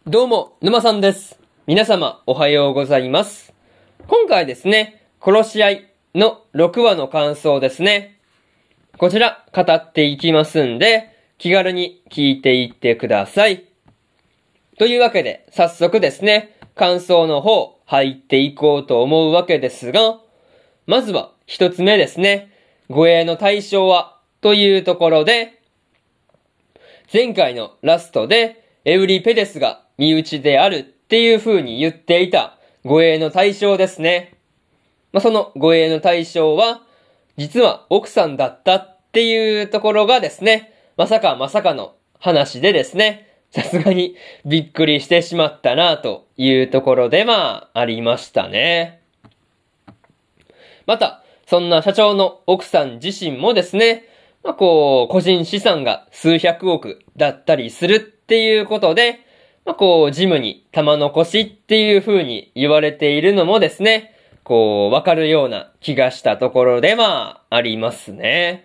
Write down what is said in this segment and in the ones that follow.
どうも、沼さんです。皆様、おはようございます。今回ですね、殺し合いの6話の感想ですね。こちら、語っていきますんで、気軽に聞いていってください。というわけで、早速ですね、感想の方、入っていこうと思うわけですが、まずは、一つ目ですね、護衛の対象は、というところで、前回のラストで、エウリペデスが身内であるっていう風に言っていた護衛の対象ですね。その護衛の対象は、実は奥さんだったっていうところがですね、まさかの話でですね、さすがにびっくりしてしまったなというところでありましたね。また、そんな社長の奥さん自身もですね、個人資産が数百億だったりするっていうことで、ジムに玉残しっていう風に言われているのもですね、わかるような気がしたところでありますね。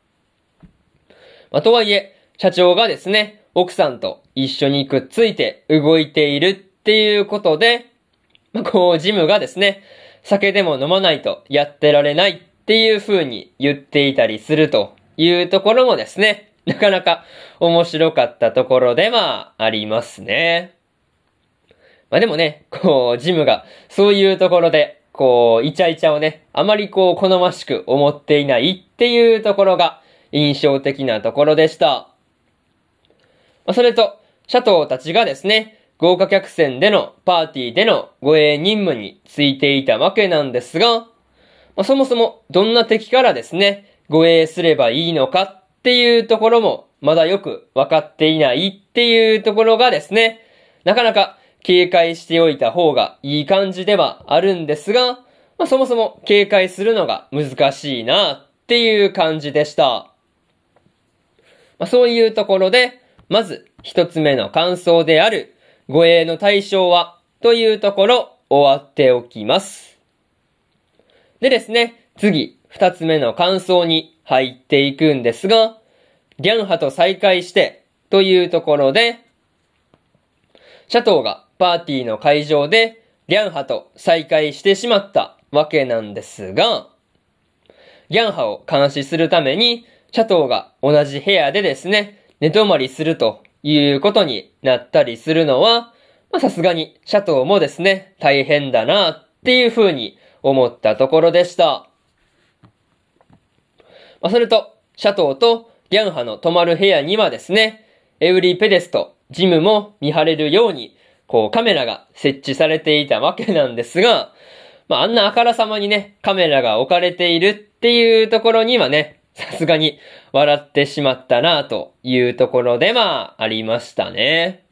とはいえ、社長がですね、奥さんと一緒にくっついて動いているっていうことで、ジムがですね、酒でも飲まないとやってられないっていう風に言っていたりするというところもですね、なかなか面白かったところでありますね。でもね、ジムがそういうところで、イチャイチャをね、あまり好ましく思っていないっていうところが印象的なところでした。それと、シャトーたちがですね、豪華客船でのパーティーでの護衛任務についていたわけなんですが、そもそもどんな敵からですね、護衛すればいいのかっていうところもまだよくわかっていないっていうところがですね、なかなか警戒しておいた方がいい感じではあるんですが、そもそも警戒するのが難しいなっていう感じでした。そういうところで、まず一つ目の感想である護衛の対象はというところ終わっておきます。でですね、次二つ目の感想に入っていくんですが、リャンハと再会してというところで、シャトーがパーティーの会場でリャンハと再会してしまったわけなんですが、リャンハを監視するためにシャトーが同じ部屋でですね、寝泊まりするということになったりするのは、さすがにシャトーもですね、大変だなっていう風に思ったところでした。それと、シャトーとリャンハの泊まる部屋にはですね、エウリペデスとジムも見張れるように、カメラが設置されていたわけなんですが、あんなあからさまにね、カメラが置かれているっていうところにはね、さすがに笑ってしまったなというところでありましたね。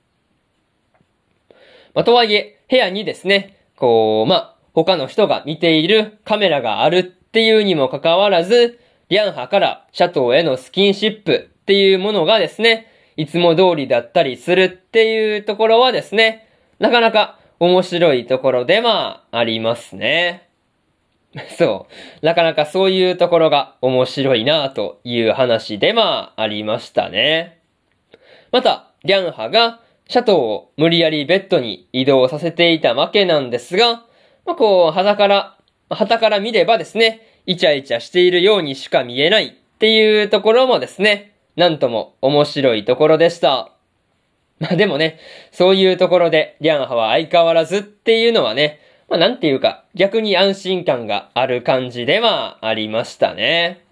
とはいえ、部屋にですね、他の人が見ているカメラがあるっていうにもかかわらず、リャンハからシャトーへのスキンシップっていうものがですね、いつも通りだったりするっていうところはですね、なかなか面白いところでありますね。そう。なかなかそういうところが面白いなという話でありましたね。また、リャンハがシャトーを無理やりベッドに移動させていたわけなんですが、旗から見ればですね、イチャイチャしているようにしか見えないっていうところもですね、なんとも面白いところでした。でもね、そういうところでリャンハは相変わらずっていうのはね、なんていうか逆に安心感がある感じでありましたね。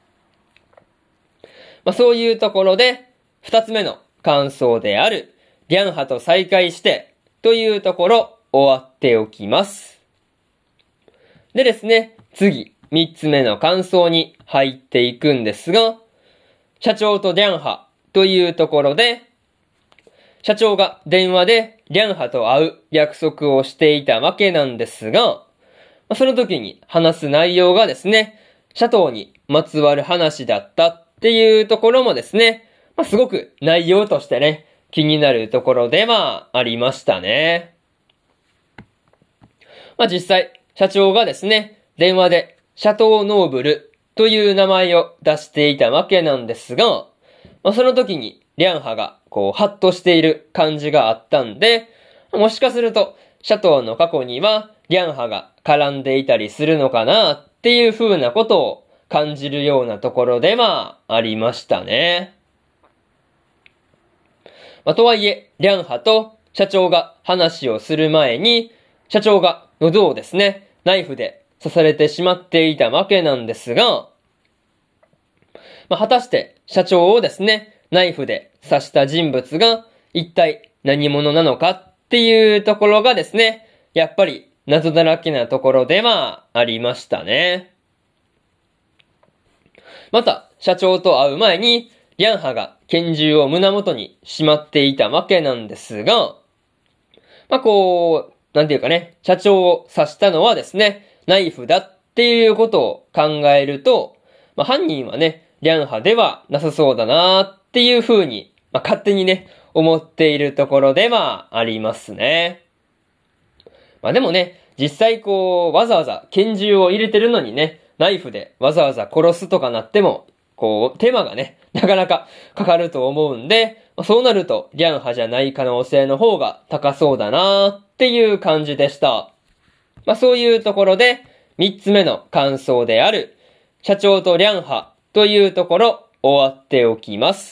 そういうところで、二つ目の感想である、リャンハと再会してというところ終わっておきます。でですね、次、三つ目の感想に入っていくんですが、社長とリャンハというところで、社長が電話でリャンハと会う約束をしていたわけなんですが、その時に話す内容がですね、シャトーにまつわる話だったっていうところもですね、すごく内容としてね、気になるところでありましたね。実際、社長がですね、電話でシャトーノーブルという名前を出していたわけなんですが、その時にリャンハがハッとしている感じがあったんで、 もしかすると、シャトーの過去には、リャンハが絡んでいたりするのかなっていう風なことを感じるようなところでありましたね。とはいえ、リャンハと社長が話をする前に、社長が喉をですね、ナイフで刺されてしまっていたわけなんですが、果たして社長をですね、ナイフで刺した人物が一体何者なのかっていうところがですね、やっぱり謎だらけなところでありましたね。また、社長と会う前に、リャンハが拳銃を胸元にしまっていたわけなんですが、なんていうかね、社長を刺したのはですね、ナイフだっていうことを考えると、犯人はね、リャンハではなさそうだなっていう風に、勝手にね、思っているところでありますね。でもね、実際わざわざ拳銃を入れてるのにね、ナイフでわざわざ殺すとかなっても、手間がね、なかなかかかると思うんで、そうなると、リャンハじゃない可能性の方が高そうだなっていう感じでした。そういうところで、3つ目の感想である、社長とリャンハというところ、終わっておきます。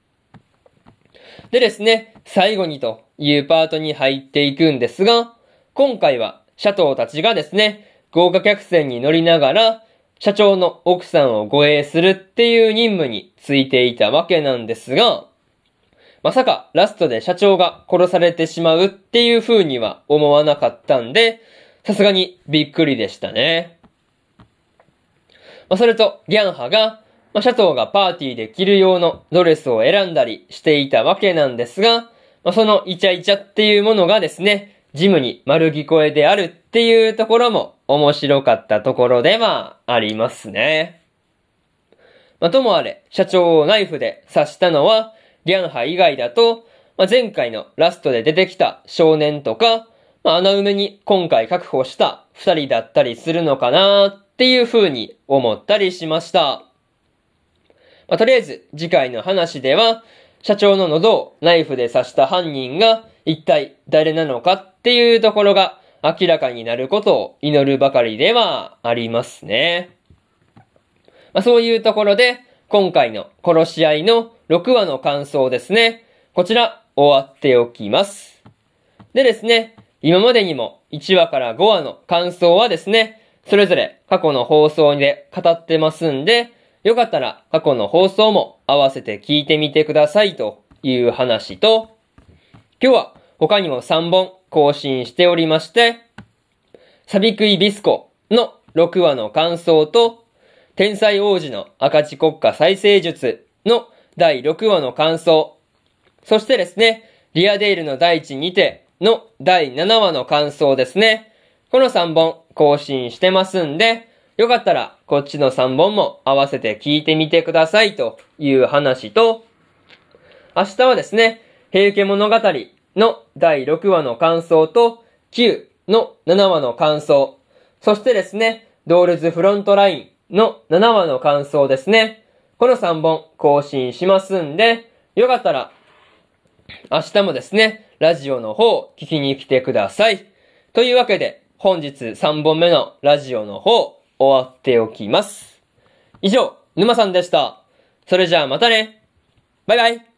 でですね、最後にというパートに入っていくんですが、今回は、シャトーたちがですね、豪華客船に乗りながら、社長の奥さんを護衛するっていう任務についていたわけなんですが、まさかラストで社長が殺されてしまうっていう風には思わなかったんで、さすがにびっくりでしたね。それと、リャンハが、シャトーがパーティーで着る用のドレスを選んだりしていたわけなんですが、そのイチャイチャっていうものがですね、ジムに丸聞こえであるっていうところも面白かったところでありますね。ともあれ、社長をナイフで刺したのは、リャンハ以外だと、前回のラストで出てきた少年とか、穴埋めに今回確保した二人だったりするのかなっていう風に思ったりしました。とりあえず次回の話では、社長の喉をナイフで刺した犯人が一体誰なのかっていうところが明らかになることを祈るばかりではありますね。そういうところで今回の殺し合いの6話の感想ですね。こちら終わっておきます。でですね、今までにも1話から5話の感想はですね、それぞれ過去の放送で語ってますんで、よかったら過去の放送も合わせて聞いてみてくださいという話と、今日は他にも3本更新しておりまして、サビクイビスコの6話の感想と、天才王子の赤字国家再生術の第6話の感想、そしてですね、リアデイルの大地にての第7話の感想ですね。この3本更新してますんで、よかったらこっちの3本も合わせて聞いてみてくださいという話と、明日はですね、平家物語の第6話の感想と、9の7話の感想、そしてですね、ドールズフロントラインの7話の感想ですね。この3本更新しますんで、よかったら明日もですね、ラジオの方聞きに来てください。というわけで、本日3本目のラジオの方終わっておきます。以上、沼さんでした。それじゃあまたね。バイバイ。